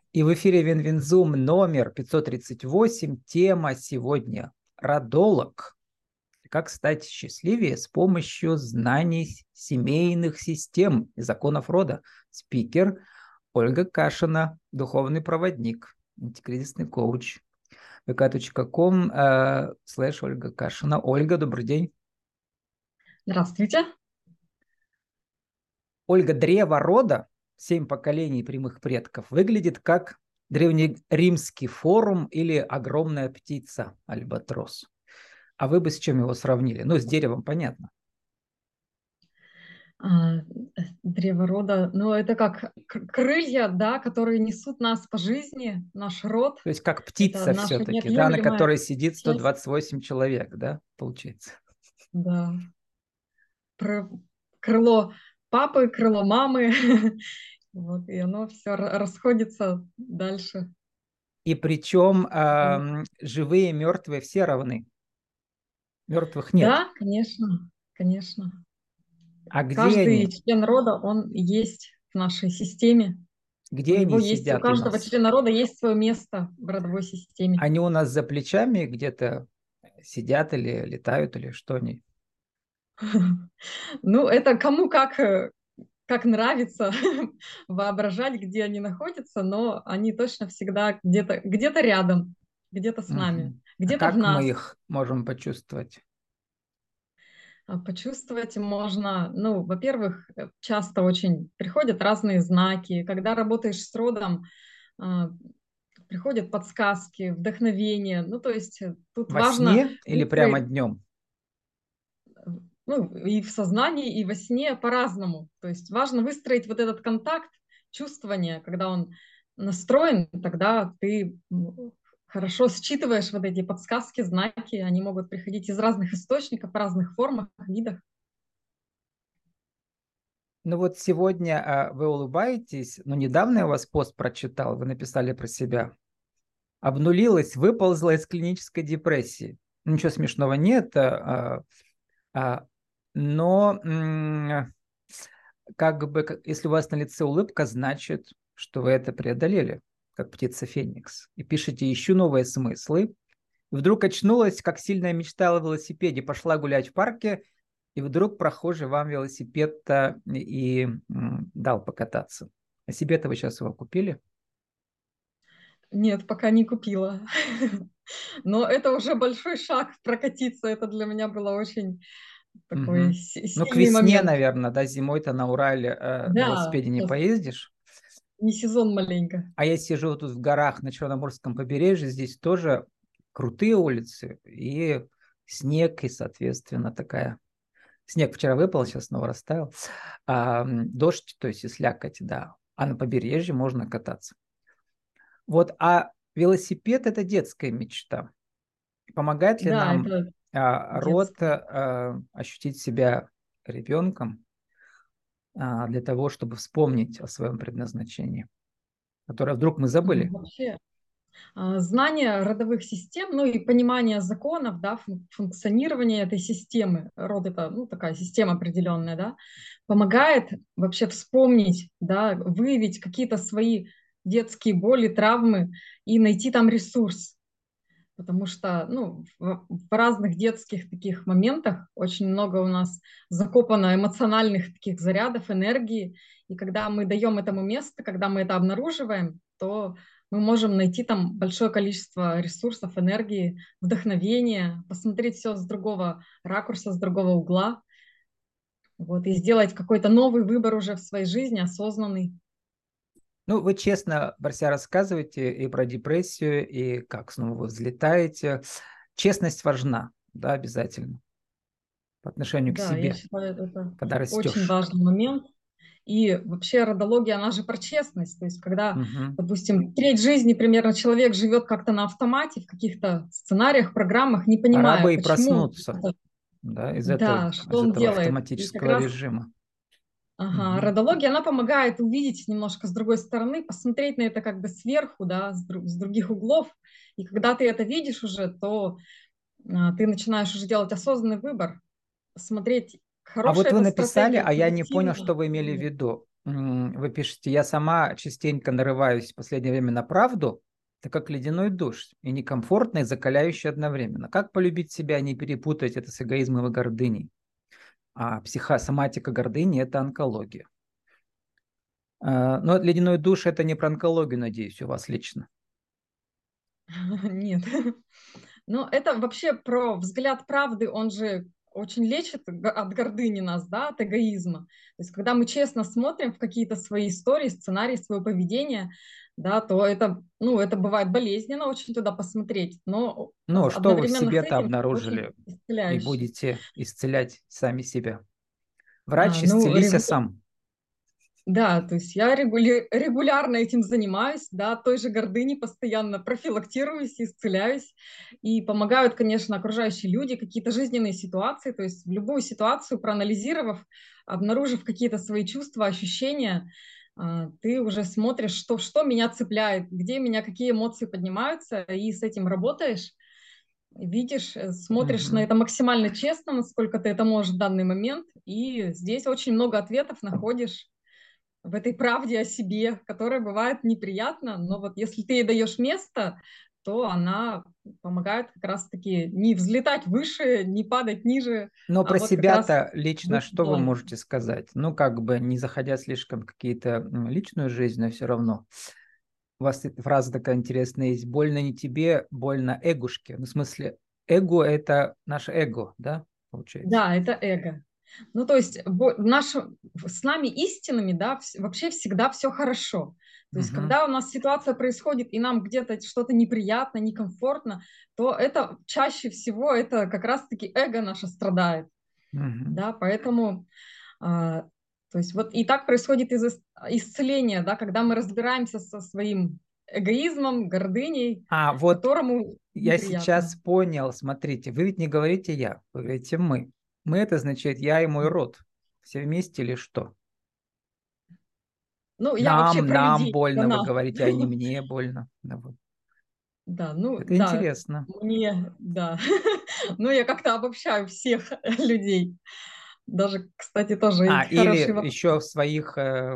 И в эфире Винвинзум номер 538. Тема сегодня – родолог. Как стать счастливее с помощью знаний семейных систем и законов рода. Спикер Ольга Кашина, духовный проводник, антикризисный коуч. vk.com / Ольга Кашина. Ольга, добрый день. Здравствуйте. Ольга, древо рода, 7 поколений прямых предков, выглядит как древнеримский форум или огромная птица, альбатрос. А вы бы с чем его сравнили? Ну, с деревом, понятно. А, Древо рода, ну это как крылья, да, которые несут нас по жизни, наш род. То есть как Это птица наша все-таки, да, на неотъемлемая которой сидит часть. 128 человек, да, получается. Да. Про крыло папы, крыло мамы. Вот, и оно все расходится дальше. И причем Вот. живые и мертвые все равны. Мертвых нет. Да, конечно, конечно. А где Каждый они? член рода, он есть в нашей системе. У Где него они есть, у сидят у каждого нас? члена рода есть свое место в родовой системе. Они у нас за плечами где-то сидят или летают, или что они? Ну, это кому как нравится воображать, где они находятся, но они точно всегда где-то рядом, где-то с нами, Мгм. А где-то в как мы нас. их можем почувствовать? Почувствовать можно, ну, во-первых, часто очень приходят разные знаки. Когда работаешь с родом, а, приходят подсказки, вдохновение. Ну, то есть тут Во важно сне или прямо выстроить, днем? ну, и в сознании, и во сне по-разному. То есть важно выстроить вот этот контакт, чувствование, когда он настроен, тогда ты хорошо считываешь вот эти подсказки, знаки, они могут приходить из разных источников, в разных формах, видах. Ну вот сегодня вы улыбаетесь, но недавно я у вас пост прочитал, вы написали про себя. Обнулилась, выползла из клинической депрессии. Ничего смешного нет, а, но как бы, если у вас на лице улыбка, значит, что вы это преодолели, как птица Феникс. И пишете «Ищу новые смыслы». Вдруг очнулась, как сильная мечтала о велосипеде, пошла гулять в парке, и вдруг прохожий вам велосипед и дал покататься. А себе-то вы сейчас его купили? Нет, пока не купила. Но это уже большой шаг прокатиться. Это для меня было очень такой Мгм. Ну, к сильный весне, момент. наверное, да, зимой-то на Урале на Да, велосипеде не сейчас поездишь. не сезон маленько. А я сижу тут в горах на Черноморском побережье, здесь тоже крутые улицы и снег, и, соответственно, такая... Снег вчера выпал, сейчас снова растаял. Дождь, то есть и слякоть, да. А на побережье можно кататься. Вот, а велосипед – это детская мечта. Помогает ли Да, нам это род детское. ощутить себя ребенком для того, чтобы вспомнить о своем предназначении, которое вдруг мы забыли? Вообще, знание родовых систем, ну и понимание законов, да, функционирования этой системы, род это, ну, такая система определенная, да, помогает вообще вспомнить, да, выявить какие-то свои детские боли, травмы и найти там ресурс. Потому что, ну, в разных детских таких моментах очень много у нас закопано эмоциональных таких зарядов, энергии. И когда мы даем этому место, когда мы это обнаруживаем, то мы можем найти там большое количество ресурсов, энергии, вдохновения, посмотреть все с другого ракурса, с другого угла, вот, и сделать какой-то новый выбор уже в своей жизни, осознанный. Ну, вы честно про себя рассказываете и про депрессию, и как снова вы взлетаете. Честность важна, да, обязательно, по отношению к Да, я себе, считаю, это когда очень растешь. важный момент. И вообще родология, она же про честность. То есть когда, Мгм. допустим, треть жизни примерно человек живет как-то на автомате, в каких-то сценариях, программах, не Пора понимая, бы и почему, проснуться, да, да, из что он этого делает. И как автоматического раз режима. ага, Мгм. родология, она помогает увидеть немножко с другой стороны, посмотреть на это как бы сверху, да, с других углов. И когда ты это видишь уже, то ты начинаешь уже делать осознанный выбор, смотреть, А вот хорошая вы эта написали, стратегия, а я не понял, что позитивная вы или имели в нет. виду. Вы пишете, я сама частенько нарываюсь в последнее время на правду, это как ледяной душ, и некомфортно, и закаляющий одновременно. Как полюбить себя, не перепутать это с эгоизмом и гордыней? А психосоматика гордыни – это онкология. Но ледяной душ – это не про онкологию, надеюсь, у вас лично. Нет. Но это вообще про взгляд правды, он же очень лечит от гордыни нас, да, от эгоизма. То есть когда мы честно смотрим в какие-то свои истории, сценарии, свое поведение, да, то это, ну, это бывает болезненно очень туда посмотреть, но Ну, что вы в одновременно с себе-то этим очень обнаружили и исцеляюще. будете исцелять сами себя? Врач, Ну, исцелися сам. да, то есть я регулярно этим занимаюсь, да, той же гордыни постоянно профилактируюсь, исцеляюсь, и помогают, конечно, окружающие люди, какие-то жизненные ситуации, то есть в любую ситуацию проанализировав, обнаружив какие-то свои чувства, ощущения, ты уже смотришь, что меня цепляет, где меня какие эмоции поднимаются, и с этим работаешь, видишь, смотришь на Мгм. это максимально честно, насколько ты это можешь в данный момент, и здесь очень много ответов находишь в этой правде о себе, которая бывает неприятна, но вот если ты ей даешь место, то она помогает как раз-таки не взлетать выше, не падать ниже, Но а про вот как раз себя-то лично быть в что вы балансе. можете сказать? Ну, как бы не заходя слишком в какие-то личную жизнь, но все равно. У вас фраза такая интересная есть. Больно не тебе, больно эгушке. Ну, в смысле, эго – это наше эго, да, получается? Да, это эго. Ну, то есть с нами истинными, да, вообще всегда все хорошо. То есть, Мгм. когда у нас ситуация происходит, и нам где-то что-то неприятно, некомфортно, то это чаще всего это как раз-таки эго наше страдает. Мгм. Да, поэтому, а, то есть вот и так происходит исцеление, да, когда мы разбираемся со своим эгоизмом, гордыней, А вот которому я сейчас неприятно. понял, смотрите, вы ведь не говорите я, вы говорите мы. Мы – это значит я и мой род. Все вместе или что? Ну, я вообще Нам, про нам людей, больно, вы она. говорите, а не мне больно. Да, вот. Да, ну Это да, интересно. мне, да. Ну, я как-то обобщаю всех людей. Даже, кстати, тоже хороший Или вопрос. еще в своих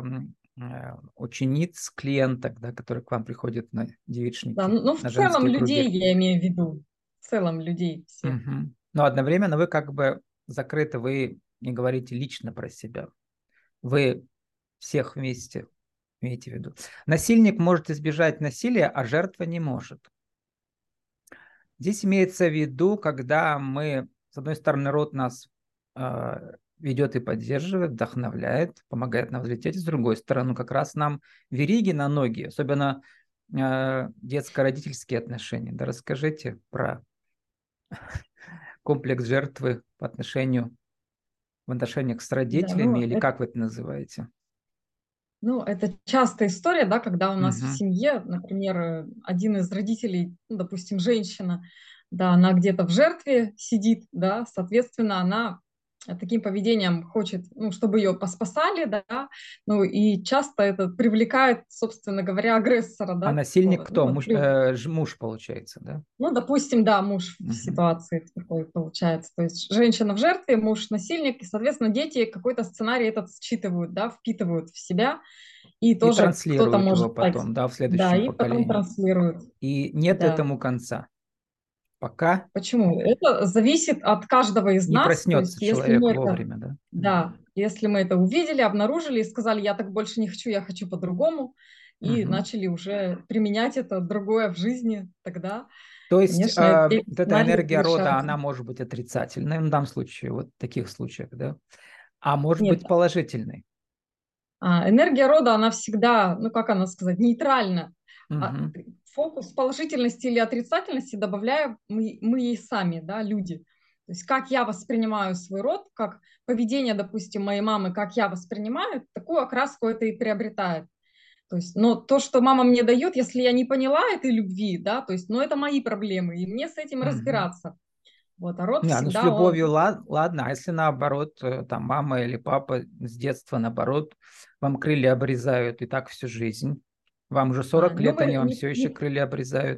учениц, клиенток, да, которые к вам приходят на Да, девичники, ну, в на целом женские людей круги. я имею в виду. В целом людей всех. Мгм. Но одновременно вы как бы закрыты, вы не говорите лично про себя. Вы всех вместе имеете в виду. Насильник может избежать насилия, а жертва не может. Здесь имеется в виду, когда мы, с одной стороны, род нас ведет и поддерживает, вдохновляет, помогает нам взлететь, с другой стороны, как раз нам вериги на ноги, особенно детско-родительские отношения. Да, расскажите про комплекс жертвы по отношению в отношениях с Да, родителями, ну, или как вы это называете? это частая история, да, когда у нас в Мгм. семье, например, один из родителей, ну, допустим, женщина, да, она где-то в жертве сидит, да, соответственно, она таким поведением хочет, ну, чтобы ее поспасали, да, ну, и часто это привлекает, собственно говоря, агрессора, А да, насильник такого, ну, кто? Муж, получается, да? ну, допустим, да, муж в Мгм. ситуации такой получается. То есть женщина в жертве, муж насильник, и, соответственно, дети какой-то сценарий этот считывают, да, впитывают в себя, и И тоже кто-то транслируют его может стать, потом, да, в да, следующем и потом поколении. транслируют, И нет да. этому конца, пока Почему? Это зависит от каждого из не нас, то проснется есть если мы человек это, вовремя, да? Мгм. да, если мы это увидели, обнаружили и сказали, я так больше не хочу, я хочу по-другому, и Мгм. начали уже применять это другое в жизни, тогда, То есть конечно, эти вот эта сценарии энергия рода, завершаются. она может быть отрицательной в данном случае, вот в таких случаях, да? А может Нет, быть положительной. энергия рода, она всегда, ну как она сказать, нейтральна. А Мгм. фокус положительности или отрицательности добавляем мы ей сами, да, люди. То есть как я воспринимаю свой род, как поведение, допустим, моей мамы, как я воспринимаю, такую окраску это и приобретает. То есть, но то, что мама мне дает, если я не поняла этой любви, да, то есть, ну это мои проблемы, и мне с этим Мгм. разбираться. Вот, а род Не, ну с всегда он, любовью ладно, а если наоборот, там мама или папа с детства наоборот, вам крылья обрезают и так всю жизнь. Вам уже 40 ну лет, мы они вам все еще крылья обрезают.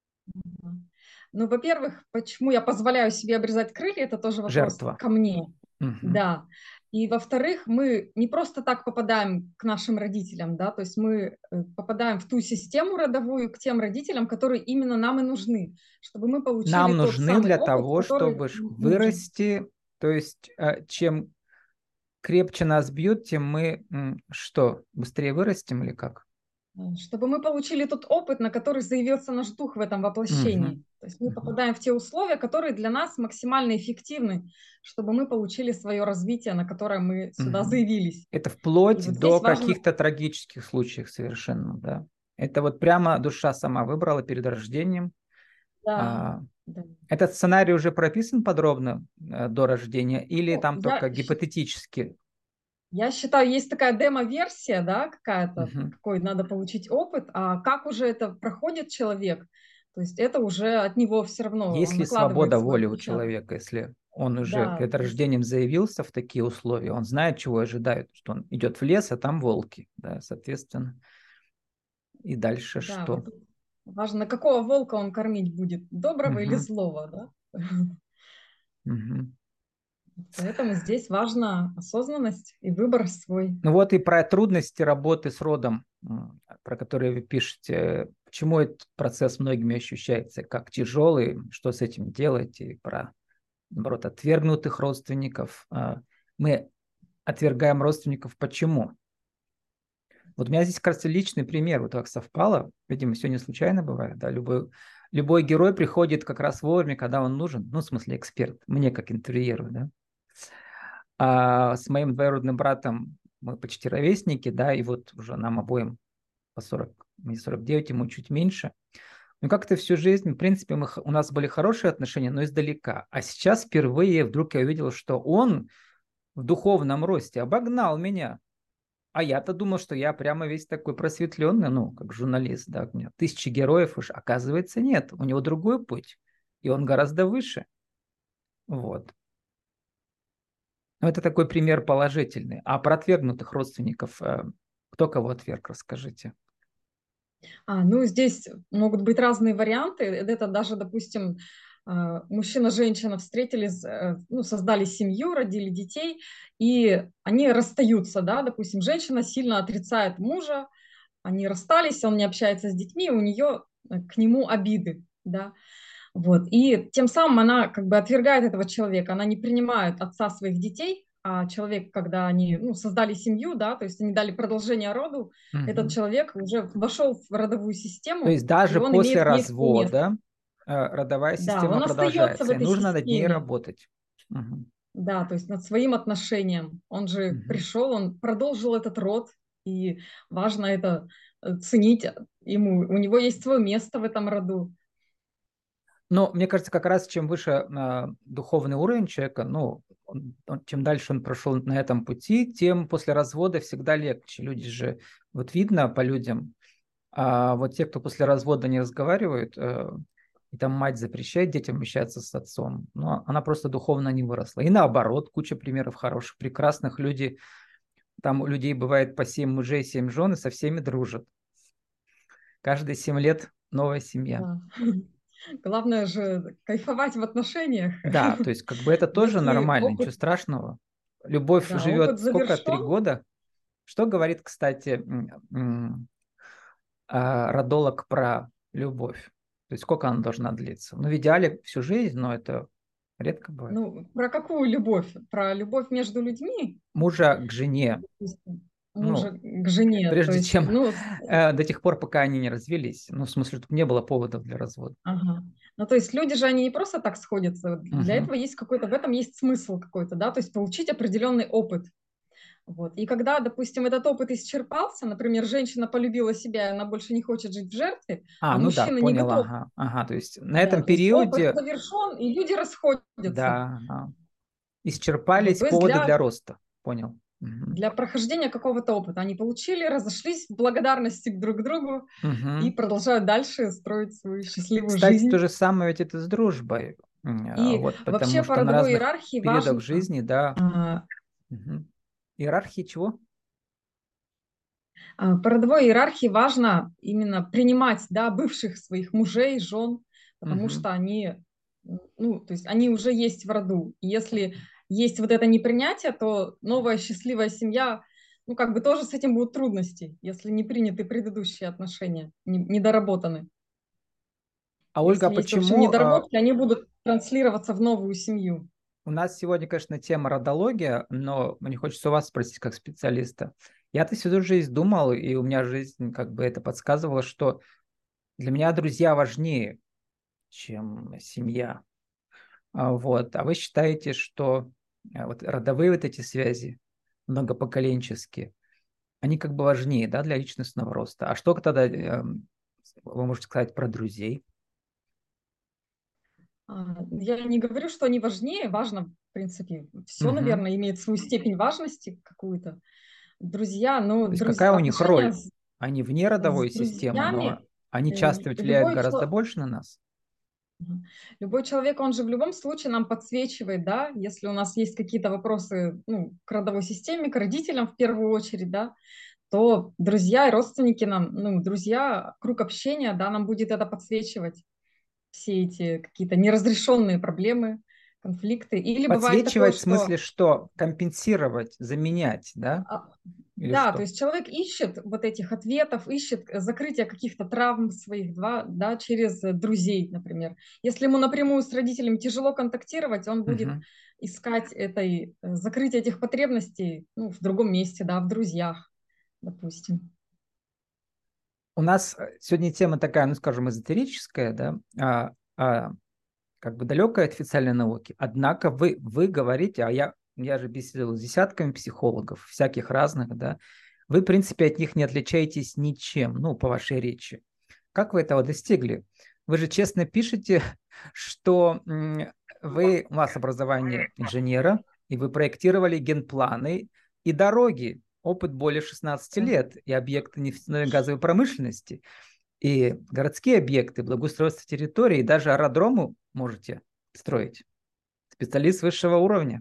Ну, во-первых, почему я позволяю себе обрезать крылья, это тоже вопрос Жертва. ко мне. Мгм. Да. И, во-вторых, мы не просто так попадаем к нашим родителям, да, то есть мы попадаем в ту систему родовую, к тем родителям, которые именно нам и нужны, чтобы мы получили Нам тот нужны самый для опыт, того, который чтобы нужен. вырасти, то есть чем крепче нас бьют, тем мы что, быстрее вырастем или как? Чтобы мы получили тот опыт, на который заявился наш дух в этом воплощении. Мгм. То есть мы Мгм. попадаем в те условия, которые для нас максимально эффективны, чтобы мы получили свое развитие, на которое мы сюда Мгм. заявились. Это И вплоть вот до здесь важно, каких-то трагических случаев совершенно, да. Это вот прямо душа сама выбрала перед рождением. да, А, да. Этот сценарий уже прописан подробно до рождения или Ну, там только гипотетически? я считаю, есть такая демо-версия, да, какая-то, Мгм. какой надо получить опыт, а как уже это проходит человек, то есть это уже от него все равно, Есть он ли накладывает свобода свой воли у отпечаток. человека, если он уже Да, перед то есть, рождением заявился в такие условия, он знает, чего ожидает, что он идет в лес, а там волки, да, соответственно, и дальше да, вот что? тут важно, какого волка он кормить будет, доброго или Мгм. злого, да. Мгм. Поэтому здесь важна осознанность и выбор свой. Ну вот и про трудности работы с родом, про которые вы пишете, почему этот процесс многими ощущается как тяжелый, что с этим делать, и про, наоборот, отвергнутых родственников. Мы отвергаем родственников почему? Вот у меня здесь, кажется, личный пример, вот так совпало, видимо, все не случайно бывает, да, любой герой приходит как раз вовремя, когда он нужен, ну, в смысле, эксперт, мне как интервьюеру, да. А с моим двоюродным братом мы почти ровесники, да, и вот уже нам обоим по 40, мне 49, ему чуть меньше. Но как-то всю жизнь, в принципе, у нас были хорошие отношения, но издалека. А сейчас впервые вдруг я увидел, что он в духовном росте обогнал меня. А я-то думал, что я прямо весь такой просветленный, ну, как журналист, да, у меня тысячи героев уж. Оказывается, нет, у него другой путь, и он гораздо выше. Вот. Ну, это такой пример положительный. А про отвергнутых родственников, кто кого отверг, расскажите. Ну, здесь могут быть разные варианты. Это даже, допустим, мужчина-женщина встретились, ну, создали семью, родили детей, и они расстаются, да, допустим, женщина сильно отрицает мужа, они расстались, он не общается с детьми, у нее к нему обиды, да, вот. И тем самым она как бы отвергает этого человека, она не принимает отца своих детей, а человек, когда они, ну, создали семью, да, то есть они дали продолжение роду, этот Мгм. человек уже вошел в родовую То систему, есть и даже он после имеет в ней свое место. развода родовая Да, система он остается в продолжается, и этой нужно над ней системе, работать. Мгм. да, то есть над своим отношением. Он же Мгм. пришел, он продолжил этот род, и важно это ценить ему. У него есть свое место в этом роду. Но мне кажется, как раз чем выше духовный уровень человека, ну, чем дальше он прошел на этом пути, тем после развода всегда легче. Люди же, вот видно по людям, вот те, кто после развода не разговаривают, и там мать запрещает детям общаться с отцом, но она просто духовно не выросла. И наоборот, куча примеров хороших, прекрасных людей. Там у людей бывает по 7 мужей, 7 жен, и со всеми дружат. Каждые 7 лет новая семья. Да. Главное же кайфовать в отношениях. Да, то есть как бы это тоже Если нормально, ничего опыт, страшного. Любовь да, опыт живет сколько? 3 завершен, года? Что говорит, кстати, родолог про любовь? То есть сколько она должна длиться? Ну, в идеале всю жизнь, но это редко бывает. ну, про какую любовь? Про любовь между людьми, Мужа к жене, допустим, мужа ну, к жене. То прежде есть, чем ну, до тех пор, пока они не развелись. Ну, в смысле, чтобы не было поводов для развода. ага. Ну, то есть люди же, они не просто так сходятся. Для Мгм. этого есть какой-то, в этом есть смысл какой-то, да, то есть получить определенный опыт. Вот. И когда, допустим, этот опыт исчерпался, например, женщина полюбила себя, и она больше не хочет жить в жертве, а Ну да, мужчина не понял, готов. ага, ага, то есть на Да, этом то есть опыт периоде, завершен, и люди расходятся. да, ага, Вот, исчерпались то есть поводы для роста, понял. Мгм. для прохождения какого-то опыта они получили, разошлись в благодарности друг к другу и Мгм. продолжают дальше строить свою счастливую Кстати, то жизнь. же самое ведь это с дружбой. И Вот потому вообще по что на родовой разных иерархии периодах важно, жизни, да. а, Мгм. Иерархии чего? по родовой иерархии важно именно принимать, да, бывших своих мужей, жен, потому Мгм. что они, ну, то есть они уже есть в роду. И если есть вот это непринятие, то новая счастливая семья, ну, как бы тоже с этим будут трудности, если не приняты предыдущие отношения, недоработаны. А Ольга, Если есть, в общем, почему недоработки, они будут транслироваться в новую семью. у нас сегодня, конечно, тема родология, но мне хочется у вас спросить как специалиста. Я-то всю жизнь думал, и у меня жизнь как бы это подсказывала, что для меня друзья важнее, чем семья. Вот. А вы считаете, что вот родовые вот эти связи, многопоколенческие, они как бы важнее, да, для личностного роста. А что тогда вы можете сказать про друзей? Я не говорю, что они важнее, важно, в принципе, все, Мгм. наверное, имеет свою степень важности какую-то. Друзья, ну, То есть какая у них отношения роль? Они вне с родовой системы, но друзьями, они часто ведь влияют любой гораздо человек, больше на нас. любой человек, он же в любом случае нам подсвечивает, да, если у нас есть какие-то вопросы, ну, к родовой системе, к родителям в первую очередь, да, то друзья и родственники нам, ну, друзья, круг общения, да, нам будет это подсвечивать, все эти какие-то неразрешенные проблемы, конфликты. Или бывает такое, Подсвечивать в что смысле, что компенсировать, заменять, да? Или да, то что? есть человек ищет вот этих ответов, ищет закрытие каких-то травм своих, да, через друзей, например. Если ему напрямую с родителями тяжело контактировать, он будет Мгм. искать закрытие этих потребностей, ну, в другом месте, да, в друзьях, допустим. У нас сегодня тема такая, ну, скажем, эзотерическая, да, как бы далекая от официальной науки. Однако вы говорите, я же беседовал с десятками психологов, всяких разных, да, вы, в принципе, от них не отличаетесь ничем, ну, по вашей речи. Как вы этого достигли? Вы же честно пишете, что у вас образование инженера, и вы проектировали генпланы и дороги, опыт более 16 лет, и объекты нефтяной и газовой промышленности, и городские объекты, благоустройство территории, и даже аэродромы можете строить. Специалист высшего уровня.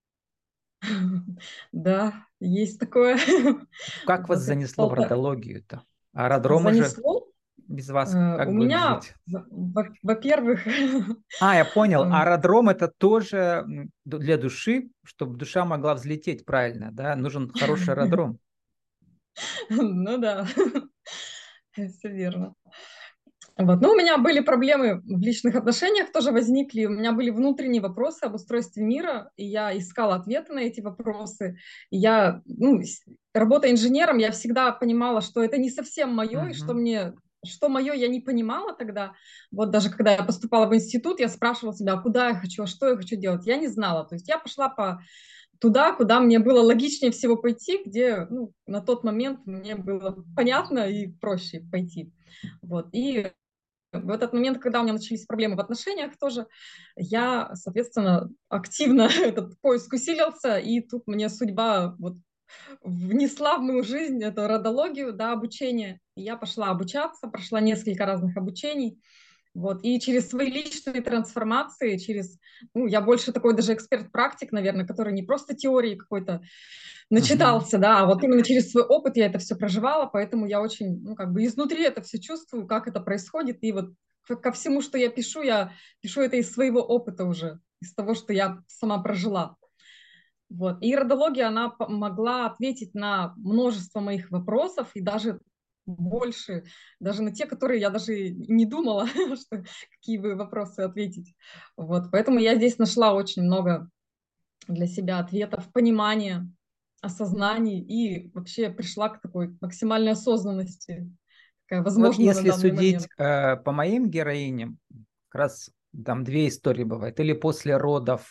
Да, есть такое. Как вас Вот это занесло в родологию-то? Аэродромы же занесло. без вас У как будут меня, жить? во-первых, Я понял. Аэродром это тоже для души, чтобы душа могла взлететь правильно, да? Нужен хороший аэродром. ну да, все верно. Вот. Ну, у меня были проблемы в личных отношениях, тоже возникли. У меня были внутренние вопросы об устройстве мира, и я искала ответы на эти вопросы. И я, ну, работая инженером, я всегда понимала, что это не совсем мое, и Мгм. что мое, я не понимала тогда. Вот даже когда я поступала в институт, я спрашивала себя, а куда я хочу, а что я хочу делать. Я не знала. То есть я пошла туда, куда мне было логичнее всего пойти, где, ну, на тот момент мне было понятно и проще пойти. Вот. И в этот момент, когда у меня начались проблемы в отношениях тоже, я, соответственно, активно этот поиск усилился, и тут мне судьба вот внесла в мою жизнь эту родологию, да, обучение. И я пошла обучаться, прошла несколько разных обучений. Вот. И через свои личные трансформации, ну, я больше такой даже эксперт-практик, наверное, который не просто теории какой-то Мгм. начитался, да, а вот именно через свой опыт я это все проживала, поэтому я очень, ну, как бы изнутри это все чувствую, как это происходит, и вот ко всему, что я пишу это из своего опыта уже, из того, что я сама прожила. Вот. И родология, она помогла ответить на множество моих вопросов и даже больше, даже на те, которые я даже не думала, что какие бы вопросы ответить. Вот. Поэтому я здесь нашла очень много для себя ответов, понимания, осознаний и вообще пришла к такой максимальной осознанности, какая Вот возможна на если данный момент. судить по моим героиням, как раз там две истории бывают. Или после родов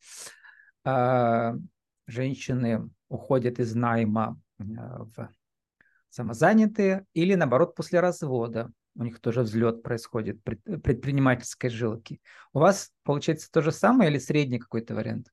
э, женщины уходят из найма в самозанятые, или наоборот после развода. У них тоже взлет происходит предпринимательской жилки. У вас получается то же самое или средний какой-то вариант?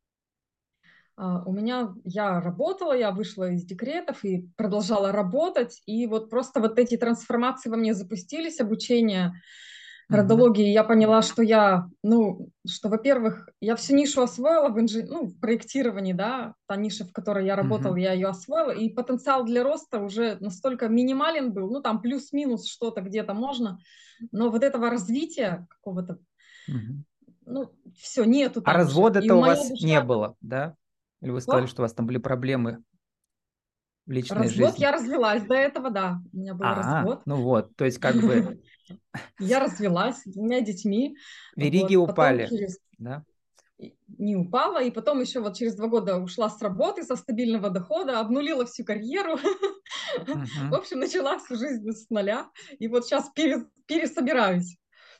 Я работала, я вышла из декретов и продолжала работать, и вот просто вот эти трансформации во мне запустились, обучение Мгм. родологии, я поняла, ну, что, во-первых, я всю нишу освоила ну, в проектировании, да, та ниша, в которой я работала, Мгм. я ее освоила, и потенциал для роста уже настолько минимален был, ну, там плюс-минус что-то где-то можно, но вот этого развития какого-то Мгм. Ну, все, нету А там уже. И развода-то у моя вас не душа... было, да? Или вы сказали, О, что у вас там были проблемы в личной развод, жизни? я развелась. До этого, да, у меня был развод. Ну вот, то есть как бы Я развелась с двумя детьми. вериги Вот, потом упали, через да? не упала, и потом еще вот через 2 года ушла с работы со стабильного дохода, обнулила всю карьеру. В Мгм. общем, начала всю жизнь с нуля, и вот сейчас пересобираюсь.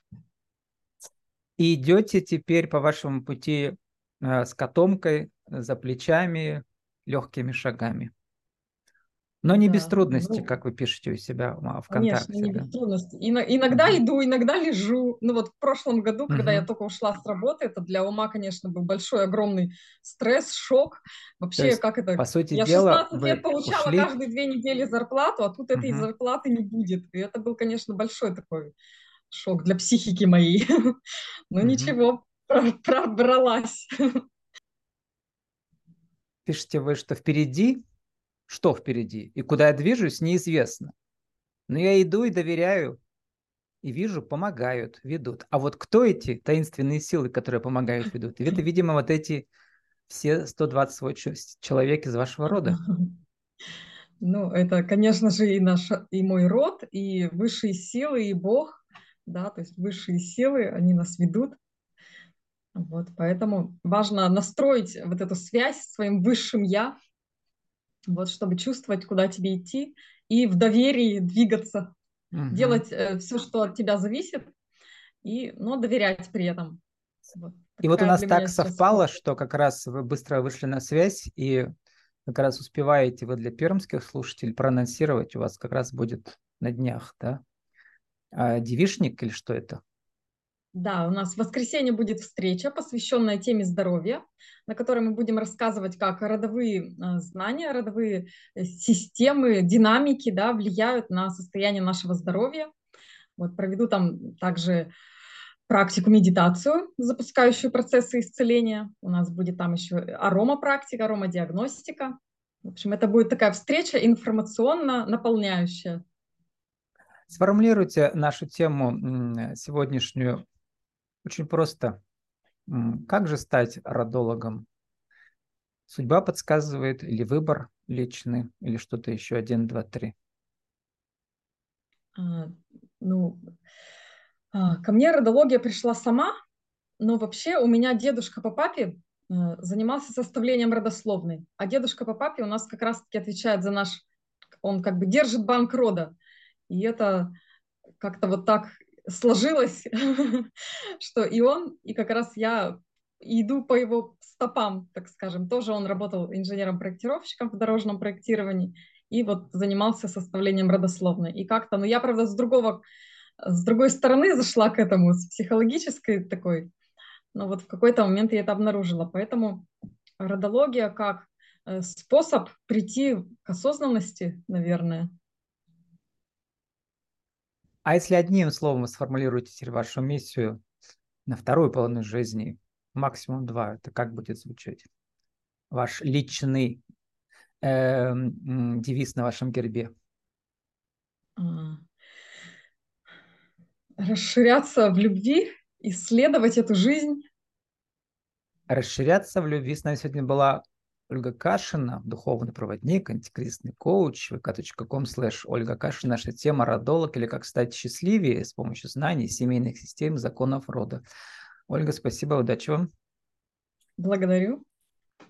И идете теперь по вашему пути с котомкой за плечами, легкими шагами. Но не без Да, трудностей, ну, как вы пишете у себя конечно, ВКонтакте, не да? без трудностей. Иногда Мгм. иду, иногда лежу. Ну вот в прошлом году, когда я Мгм. только ушла с работы, это для ума, конечно, был большой, огромный стресс, шок. То Вообще, есть, как это? по сути Я дела, 16 лет вы получала ушли. каждые 2 недели зарплату, а тут этой Мгм. зарплаты не будет. И это был, конечно, большой такой шок для психики моей. Но Мгм. ничего, пробралась. Пишете вы, что впереди и куда я движусь, неизвестно. Но я иду и доверяю, и вижу, помогают, ведут. А вот кто эти таинственные силы, которые помогают, ведут? И это, видимо, вот эти все 128 человек из вашего рода. Ну, это, конечно же, и мой род, и высшие силы, и Бог, да, то есть высшие силы, они нас ведут. Вот, поэтому важно настроить вот эту связь с своим высшим я, вот, чтобы чувствовать, куда тебе идти, и в доверии двигаться, Мгм. делать все, что от тебя зависит, но доверять при этом. Вот И вот у такая нас для меня так сейчас совпало, ситуация. что как раз вы быстро вышли на связь, и как раз успеваете вы для пермских слушателей проанонсировать, у вас как раз будет на днях, да? Девишник или что это? Да, у нас в воскресенье будет встреча, посвященная теме здоровья, на которой мы будем рассказывать, как родовые знания, родовые системы, динамики, да, влияют на состояние нашего здоровья. Вот проведу там также практику медитацию, запускающую процессы исцеления. У нас будет там еще аромапрактика, аромадиагностика. В общем, это будет такая встреча информационно наполняющая. Сформулируйте нашу тему сегодняшнюю очень просто. Как же стать родологом? Судьба подсказывает, или выбор личный, или что-то еще, один, два, три. А, Ну, ко мне родология пришла сама, но вообще у меня дедушка по папе занимался составлением родословной, а дедушка по папе у нас как раз-таки отвечает за наш, он как бы держит банк рода. И это как-то вот так сложилось, что и он, и как раз я иду по его стопам, так скажем. Тоже он работал инженером-проектировщиком в дорожном проектировании и вот занимался составлением родословной. И как-то, ну я, правда, с другой стороны зашла к этому, с психологической такой, но вот в какой-то момент я это обнаружила. Поэтому родология как способ прийти к осознанности, наверное. А если одним словом сформулируете теперь вашу миссию на вторую половину жизни, максимум два, это как будет звучать? Ваш личный девиз на вашем гербе. А, Расширяться в любви, исследовать эту жизнь. Расширяться в любви. С нами сегодня была Ольга Кашина, духовный проводник, антикризисный коуч, vk.com/Ольга Кашина. Наша тема родолог, или как стать счастливее с помощью знаний, семейных систем, законов рода. Ольга, спасибо, удачи вам. Благодарю.